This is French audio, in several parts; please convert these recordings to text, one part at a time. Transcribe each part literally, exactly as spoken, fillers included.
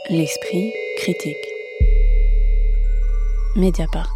L'esprit critique. Mediapart.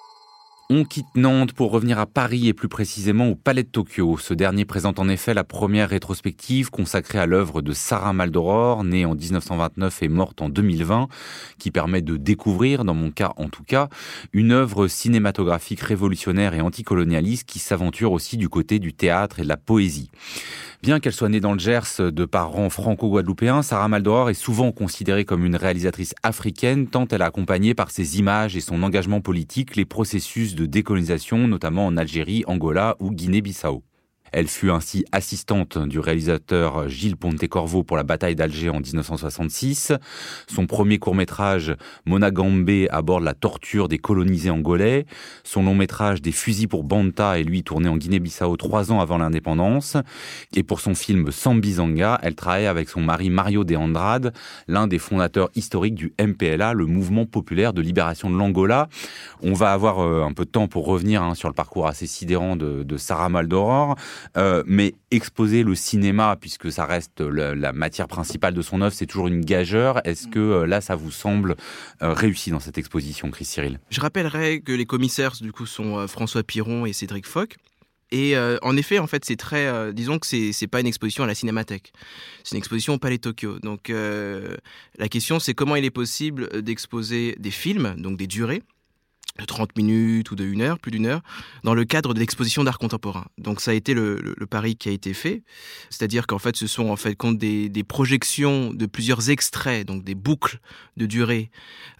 On quitte Nantes pour revenir à Paris et plus précisément au Palais de Tokyo. Ce dernier présente en effet la première rétrospective consacrée à l'œuvre de Sarah Maldoror, née en dix-neuf cent vingt-neuf et morte en deux mille vingt, qui permet de découvrir, dans mon cas en tout cas, une œuvre cinématographique révolutionnaire et anticolonialiste qui s'aventure aussi du côté du théâtre et de la poésie. Bien qu'elle soit née dans le Gers de parents franco-guadeloupéens, Sarah Maldoror est souvent considérée comme une réalisatrice africaine tant elle a accompagné par ses images et son engagement politique les processus de décolonisation, notamment en Algérie, Angola ou Guinée-Bissau. Elle fut ainsi assistante du réalisateur Gilles Pontecorvo pour la bataille d'Alger en dix-neuf cent soixante-six. Son premier court-métrage, Mona Gambé, aborde la torture des colonisés angolais. Son long-métrage Des fusils pour Banta est lui tourné en Guinée-Bissau trois ans avant l'indépendance. Et pour son film Sambizanga, elle travaille avec son mari Mario de Andrade, l'un des fondateurs historiques du M P L A, le mouvement populaire de libération de l'Angola. On va avoir euh, un peu de temps pour revenir hein, sur le parcours assez sidérant de, de Sarah Maldoror. Euh, mais exposer le cinéma, puisque ça reste la, la matière principale de son œuvre, c'est toujours une gageure. Est-ce que euh, là, ça vous semble euh, réussi dans cette exposition, Chris Cyril ? Je rappellerai que les commissaires, du coup, sont euh, François Piron et Cédric Foch. Et euh, en effet, en fait, c'est très, euh, disons que c'est c'est pas une exposition à la Cinémathèque, c'est une exposition au Palais de Tokyo. Donc, euh, la question, c'est comment il est possible d'exposer des films, donc des durées, de trente minutes ou de une heure, plus d'une heure, dans le cadre de l'exposition d'art contemporain. Donc ça a été le, le, le pari qui a été fait, c'est-à-dire qu'en fait ce sont en fait compte des, des projections de plusieurs extraits, donc des boucles de durée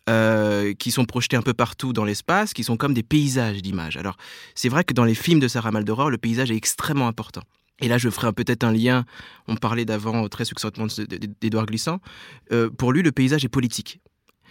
euh, qui sont projetés un peu partout dans l'espace, qui sont comme des paysages d'images. Alors c'est vrai que dans les films de Sarah Maldoror, le paysage est extrêmement important. Et là, je ferai peut-être un lien, on parlait d'avant très succinctement d'Édouard Glissant, euh, pour lui le paysage est politique.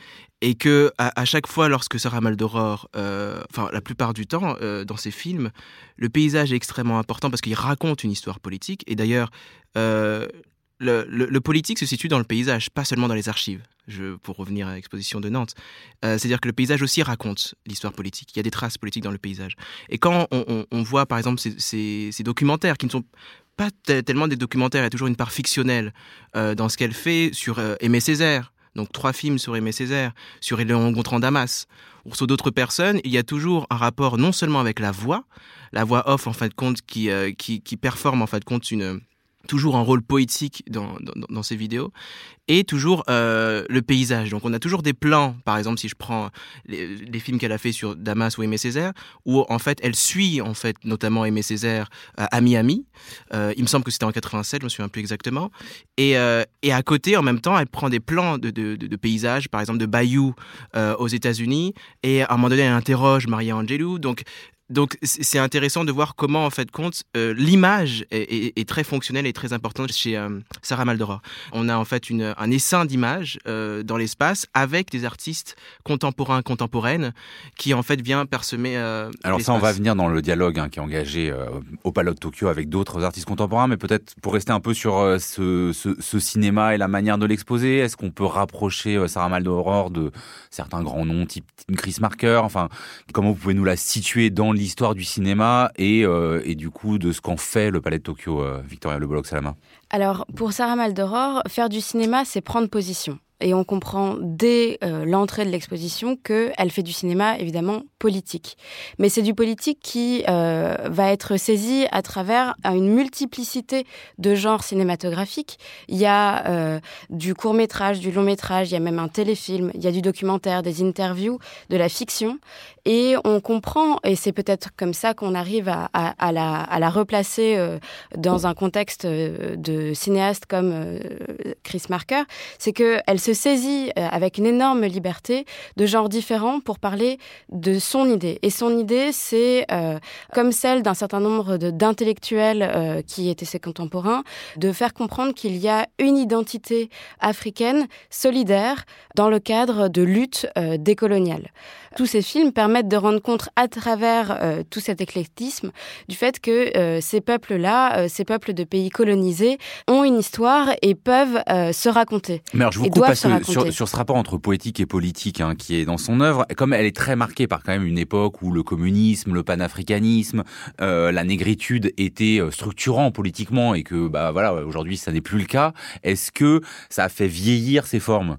Et que à, à chaque fois, lorsque Sarah Maldoror, euh, enfin la plupart du temps, euh, dans ses films, le paysage est extrêmement important parce qu'il raconte une histoire politique. Et d'ailleurs, euh, le, le, le politique se situe dans le paysage, pas seulement dans les archives. Je, pour revenir à l'exposition de Nantes, euh, c'est-à-dire que le paysage aussi raconte l'histoire politique. Il y a des traces politiques dans le paysage. Et quand on, on, on voit, par exemple, ces, ces, ces documentaires qui ne sont pas t- tellement des documentaires, il y a toujours une part fictionnelle euh, dans ce qu'elle fait sur euh, Aimé Césaire. Donc trois films sur Aimé Césaire, sur Léon Gontran Damas, ou sur d'autres personnes, il y a toujours un rapport non seulement avec la voix, la voix off en fin de compte qui, euh, qui, qui performe en fin de compte une, toujours un rôle poétique dans, dans, dans ces vidéos, et toujours euh, le paysage. Donc on a toujours des plans, par exemple si je prends les, les films qu'elle a fait sur Damas ou Aimé Césaire, où en fait elle suit en fait notamment Aimé Césaire euh, à Miami. Euh, il me semble que c'était en quatre-vingt-sept, je me souviens plus exactement. Et, euh, et à côté, en même temps, elle prend des plans de, de, de, de paysages, par exemple de bayou euh, aux États-Unis, et à un moment donné elle interroge Maya Angelou. Donc Donc c'est intéressant de voir comment en fait compte euh, l'image est, est, est très fonctionnelle et très importante chez euh, Sarah Maldoror. On a en fait une, un essaim d'images euh, dans l'espace avec des artistes contemporains contemporaines qui en fait vient parsemer euh, Alors l'espace. ça on va venir dans le dialogue hein, qui est engagé euh, au Palais de Tokyo avec d'autres artistes contemporains, mais peut-être pour rester un peu sur euh, ce, ce, ce cinéma et la manière de l'exposer, est-ce qu'on peut rapprocher euh, Sarah Maldoror de certains grands noms type Chris Marker, enfin comment vous pouvez nous la situer dans l'histoire du cinéma et, euh, et du coup de ce qu'en fait le Palais de Tokyo, euh, Victoria Le Bolloc-Salama. Alors, pour Sarah Maldoror, faire du cinéma, c'est prendre position. Et on comprend dès euh, l'entrée de l'exposition qu'elle fait du cinéma, évidemment, politique. Mais c'est du politique qui euh, va être saisi à travers une multiplicité de genres cinématographiques. Il y a euh, du court-métrage, du long-métrage, il y a même un téléfilm, il y a du documentaire, des interviews, de la fiction. Et on comprend, et c'est peut-être comme ça qu'on arrive à, à, à, la, à la replacer euh, dans un contexte de cinéaste comme euh, Chris Marker, c'est qu'elle se saisit euh, avec une énorme liberté de genres différents pour parler de son idée. Et son idée, c'est, euh, comme celle d'un certain nombre de, d'intellectuels euh, qui étaient ses contemporains, de faire comprendre qu'il y a une identité africaine solidaire dans le cadre de lutte euh, décoloniale. Tous ces films permettent de rendre compte à travers euh, tout cet éclectisme du fait que euh, ces peuples-là, euh, ces peuples de pays colonisés, ont une histoire et peuvent euh, se raconter. Mais alors je vous coupe parce que sur, sur ce rapport entre poétique et politique hein, qui est dans son œuvre, comme elle est très marquée par quand même une époque où le communisme, le panafricanisme, euh, la négritude étaient structurants politiquement et que bah voilà aujourd'hui ça n'est plus le cas. Est-ce que ça a fait vieillir ces formes ?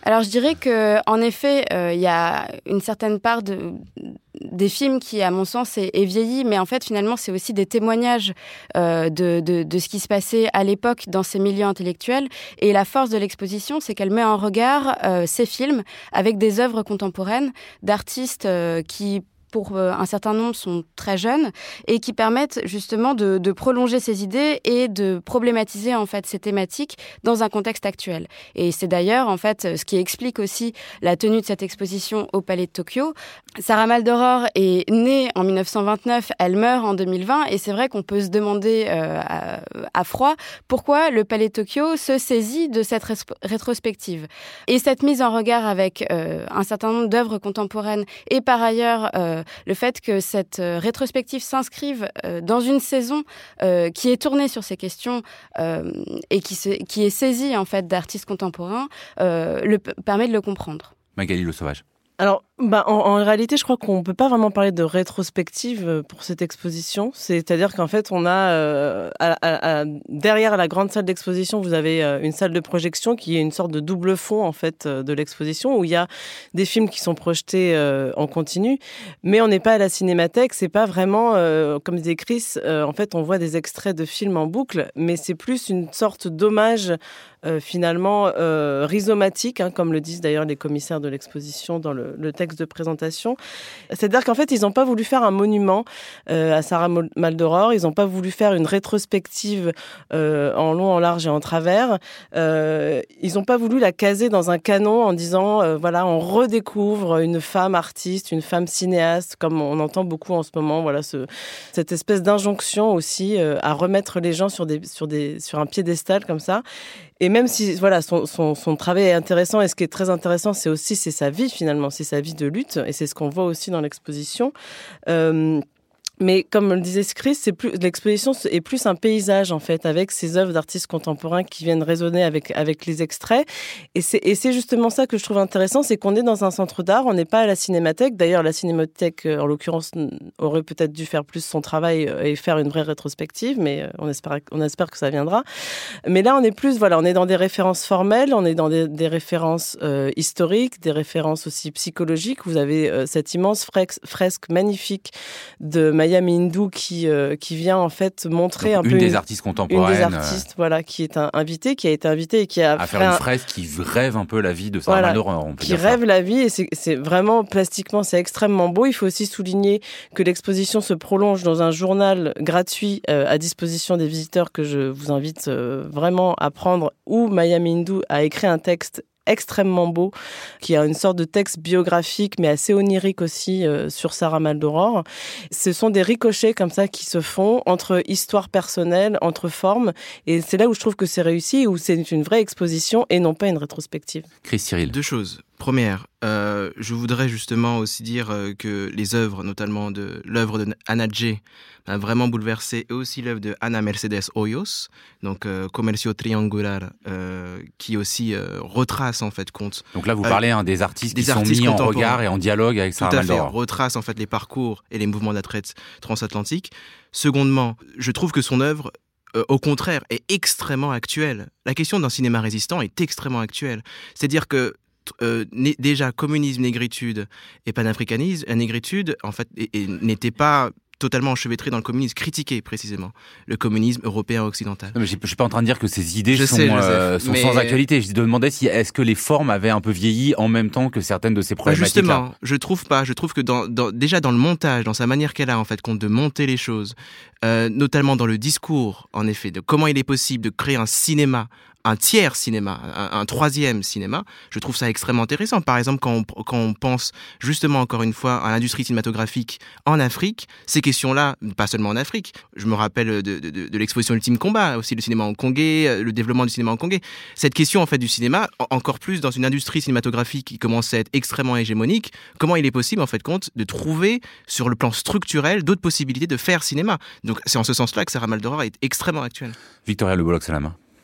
Alors je dirais que en effet, il euh, y a une certaine part de des films qui, à mon sens, est, est vieilli, mais en fait, finalement, c'est aussi des témoignages euh, de, de, de ce qui se passait à l'époque dans ces milieux intellectuels. Et la force de l'exposition, c'est qu'elle met en regard euh, ces films avec des œuvres contemporaines d'artistes euh, qui pour un certain nombre sont très jeunes et qui permettent justement de, de prolonger ces idées et de problématiser en fait ces thématiques dans un contexte actuel. Et c'est d'ailleurs en fait ce qui explique aussi la tenue de cette exposition au Palais de Tokyo. Sarah Maldoror est née en dix-neuf cent vingt-neuf, elle meurt en deux mille vingt et c'est vrai qu'on peut se demander euh, à, à froid pourquoi le Palais de Tokyo se saisit de cette res- rétrospective. Et cette mise en regard avec euh, un certain nombre d'œuvres contemporaines et par ailleurs euh, le fait que cette euh, rétrospective s'inscrive euh, dans une saison euh, qui est tournée sur ces questions euh, et qui, se, qui est saisie en fait d'artistes contemporains euh, le, permet de le comprendre. Magali Le Sauvage. Alors, bah, en, en réalité, je crois qu'on peut pas vraiment parler de rétrospective pour cette exposition. C'est-à-dire qu'en fait, on a euh, à, à, à, derrière la grande salle d'exposition, vous avez euh, une salle de projection qui est une sorte de double fond en fait de l'exposition où il y a des films qui sont projetés euh, en continu, mais on n'est pas à la cinémathèque. C'est pas vraiment euh, comme disait Chris. Euh, en fait, on voit des extraits de films en boucle, mais c'est plus une sorte d'hommage euh, finalement euh, rhizomatique, hein, comme le disent d'ailleurs les commissaires de l'exposition dans le, le texte de présentation. C'est-à-dire qu'en fait, ils n'ont pas voulu faire un monument euh, à Sarah Maldoror, ils n'ont pas voulu faire une rétrospective euh, en long, en large et en travers. Euh, ils n'ont pas voulu la caser dans un canon en disant, euh, voilà, on redécouvre une femme artiste, une femme cinéaste, comme on entend beaucoup en ce moment, voilà, ce, cette espèce d'injonction aussi euh, à remettre les gens sur, des, sur, des, sur un piédestal comme ça. Et même si voilà son, son, son travail est intéressant, et ce qui est très intéressant, c'est aussi c'est sa vie finalement, c'est sa vie de lutte, et c'est ce qu'on voit aussi dans l'exposition. Euh, Mais comme le disait Chris, c'est plus, l'exposition est plus un paysage, en fait, avec ces œuvres d'artistes contemporains qui viennent résonner avec, avec les extraits. Et c'est, et c'est justement ça que je trouve intéressant, c'est qu'on est dans un centre d'art, on n'est pas à la cinémathèque. D'ailleurs, la cinémathèque, en l'occurrence, aurait peut-être dû faire plus son travail et faire une vraie rétrospective, mais on espère, on espère que ça viendra. Mais là, on est plus, voilà, on est dans des références formelles, on est dans des, des références euh, historiques, des références aussi psychologiques. Vous avez euh, cette immense fresque, fresque magnifique de Maya Mindu qui euh, qui vient en fait montrer Donc, un une peu des une, artistes contemporaines, une des artistes euh, voilà qui est un invité qui a été invité et qui a à faire une fresque qui rêve un peu la vie de Sarah voilà, Maldoror, on peut qui dire rêve ça. la vie et c'est c'est vraiment plastiquement c'est extrêmement beau. Il faut aussi souligner que l'exposition se prolonge dans un journal gratuit euh, à disposition des visiteurs que je vous invite euh, vraiment à prendre, où Maya Mindu a écrit un texte extrêmement beau, qui a une sorte de texte biographique, mais assez onirique aussi, euh, sur Sarah Maldoror. Ce sont des ricochets comme ça qui se font entre histoire personnelle, entre formes, et c'est là où je trouve que c'est réussi, où c'est une vraie exposition et non pas une rétrospective. Chris Cyril. Deux choses. Première, euh, je voudrais justement aussi dire euh, que les œuvres, notamment de l'œuvre de Anna Jay, m'a vraiment bouleversé, et aussi l'œuvre de Ana Mercedes Hoyos, donc euh, Comercio Triangular, euh, qui aussi euh, retrace en fait compte. Donc là, vous euh, parlez hein, des artistes des qui sont artistes mis en regard et en dialogue avec Sarah Maldoror. Tout à fait, retrace en fait les parcours et les mouvements de la traite transatlantique. Secondement, je trouve que son œuvre, Euh, au contraire, est extrêmement actuelle. La question d'un cinéma résistant est extrêmement actuelle. C'est-à-dire que euh, né, déjà, communisme, négritude et panafricanisme, la négritude, en fait, et, et n'était pas totalement enchevêtré dans le communisme, critiqué précisément le communisme européen occidental. Non, mais je ne suis pas en train de dire que ces idées je sont, sais, euh, sont mais... sans actualité. Je me demandais si est-ce que les formes avaient un peu vieilli en même temps que certaines de ces problématiques-là. Justement, je trouve pas. Je trouve que dans, dans, déjà dans le montage, dans sa manière qu'elle a en fait compte de monter les choses, euh, notamment dans le discours, en effet, de comment il est possible de créer un cinéma, un tiers cinéma, un, un troisième cinéma, je trouve ça extrêmement intéressant. Par exemple, quand on, quand on pense justement encore une fois à l'industrie cinématographique en Afrique, ces questions-là, pas seulement en Afrique, je me rappelle de, de, de, de l'exposition Ultime Combat, aussi le cinéma hongkongais, le développement du cinéma hongkongais. Cette question en fait du cinéma, encore plus dans une industrie cinématographique qui commence à être extrêmement hégémonique, comment il est possible en fait compte de trouver sur le plan structurel d'autres possibilités de faire cinéma. Donc c'est en ce sens-là que Sarah Maldoror est extrêmement actuelle. Victoria Le Bolloc-Salama.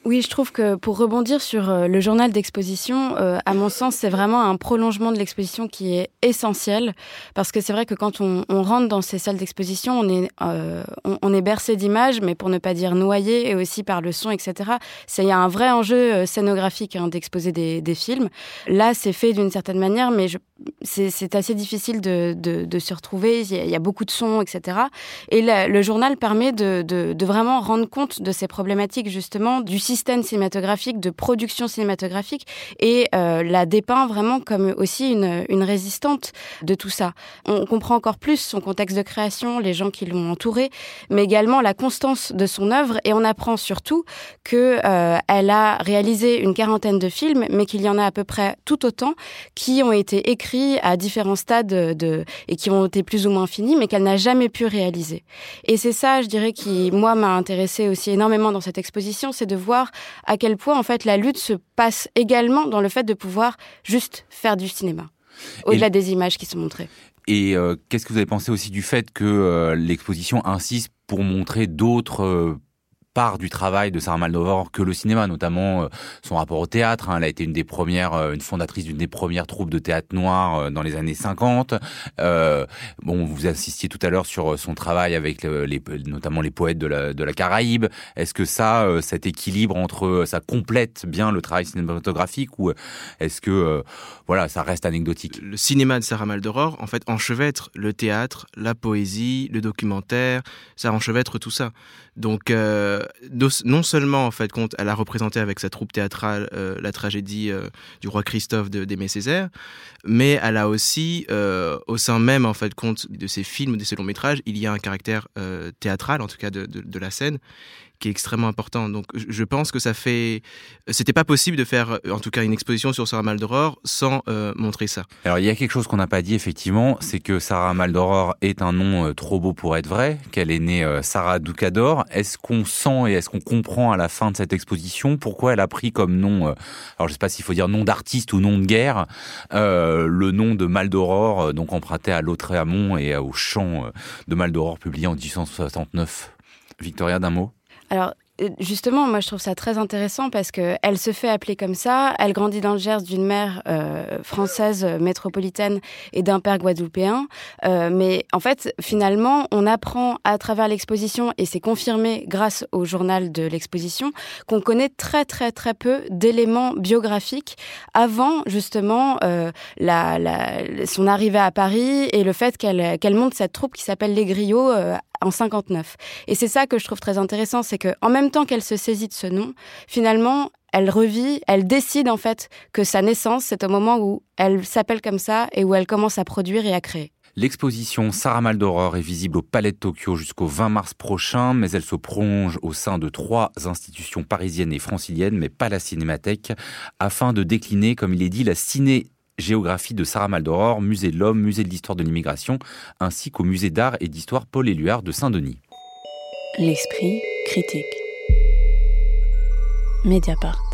Oui, je trouve que pour rebondir sur euh, le journal d'exposition, euh, à mon sens, c'est vraiment un prolongement de l'exposition qui est essentiel. Parce que c'est vrai que quand on, on rentre dans ces salles d'exposition, on est, euh, on, on est bercé d'images, mais pour ne pas dire noyé, et aussi par le son, et cetera. Il y a un vrai enjeu euh, scénographique hein, d'exposer des, des films. Là, c'est fait d'une certaine manière, mais je, c'est, c'est assez difficile de, de, de se retrouver. Il y, a, il y a beaucoup de sons, et cetera. Et la, le journal permet de, de, de vraiment rendre compte de ces problématiques, justement, du système cinématographique, de production cinématographique, et euh, la dépeint vraiment comme aussi une, une résistante de tout ça. On comprend encore plus son contexte de création, les gens qui l'ont entouré, mais également la constance de son œuvre, et on apprend surtout qu'elle euh, a réalisé une quarantaine de films, mais qu'il y en a à peu près tout autant qui ont été écrits à différents stades de, et qui ont été plus ou moins finis, mais qu'elle n'a jamais pu réaliser. Et c'est ça, je dirais, qui, moi, m'a intéressée aussi énormément dans cette exposition, c'est de voir à quel point, en fait, la lutte se passe également dans le fait de pouvoir juste faire du cinéma, au-delà et des images qui sont montrées. Et euh, qu'est-ce que vous avez pensé aussi du fait que euh, l'exposition insiste pour montrer d'autres euh, part du travail de Sarah Maldoror que le cinéma, notamment euh, son rapport au théâtre. Hein. Elle a été une des premières, euh, une fondatrice d'une des premières troupes de théâtre noir euh, dans les années cinquante. Euh, bon, vous insistiez tout à l'heure sur son travail avec le, les, notamment les poètes de la, de la Caraïbe. Est-ce que ça, euh, cet équilibre entre, ça complète bien le travail cinématographique ou est-ce que, euh, voilà, ça reste anecdotique? Le cinéma de Sarah Maldoror, en fait, enchevêtre le théâtre, la poésie, le documentaire, ça enchevêtre tout ça. Donc, euh, non seulement, en fait, compte, elle a représenté avec sa troupe théâtrale euh, la tragédie euh, du roi Christophe de, d'Aimé Césaire, mais elle a aussi, euh, au sein même, en fait, compte de ses films, de ses longs métrages, il y a un caractère euh, théâtral, en tout cas de, de, de la scène, qui est extrêmement important. Donc, je pense que ça fait... C'était pas possible de faire, en tout cas, une exposition sur Sarah Maldoror sans euh, montrer ça. Alors, il y a quelque chose qu'on n'a pas dit, effectivement, c'est que Sarah Maldoror est un nom euh, trop beau pour être vrai, qu'elle est née euh, Sarah Doucador. Est-ce qu'on sent et est-ce qu'on comprend à la fin de cette exposition pourquoi elle a pris comme nom, euh, alors je sais pas s'il faut dire nom d'artiste ou nom de guerre, euh, le nom de Maldoror, euh, donc emprunté à Lautréamont et au chant euh, de Maldoror publié en dix-huit cent soixante-neuf. Victoria, d'un mot? Alors, justement, moi, je trouve ça très intéressant parce qu'elle se fait appeler comme ça. Elle grandit dans le Gers d'une mère euh, française euh, métropolitaine et d'un père guadeloupéen. Euh, mais en fait, finalement, on apprend à travers l'exposition, et c'est confirmé grâce au journal de l'exposition, qu'on connaît très, très, très peu d'éléments biographiques avant, justement, euh, la, la, son arrivée à Paris et le fait qu'elle, qu'elle monte cette troupe qui s'appelle Les Griots euh, en cinquante-neuf. Et c'est ça que je trouve très intéressant, c'est qu'en même temps qu'elle se saisit de ce nom, finalement, elle revit, elle décide en fait que sa naissance, c'est au moment où elle s'appelle comme ça et où elle commence à produire et à créer. L'exposition Sarah Maldoror est visible au Palais de Tokyo jusqu'au vingt mars prochain, mais elle se prolonge au sein de trois institutions parisiennes et franciliennes, mais pas la Cinémathèque, afin de décliner, comme il est dit, la ciné géographie de Sarah Maldoror, musée de l'homme, musée de l'histoire de l'immigration, ainsi qu'au musée d'art et d'histoire Paul Éluard de Saint-Denis. L'esprit critique. Mediapart.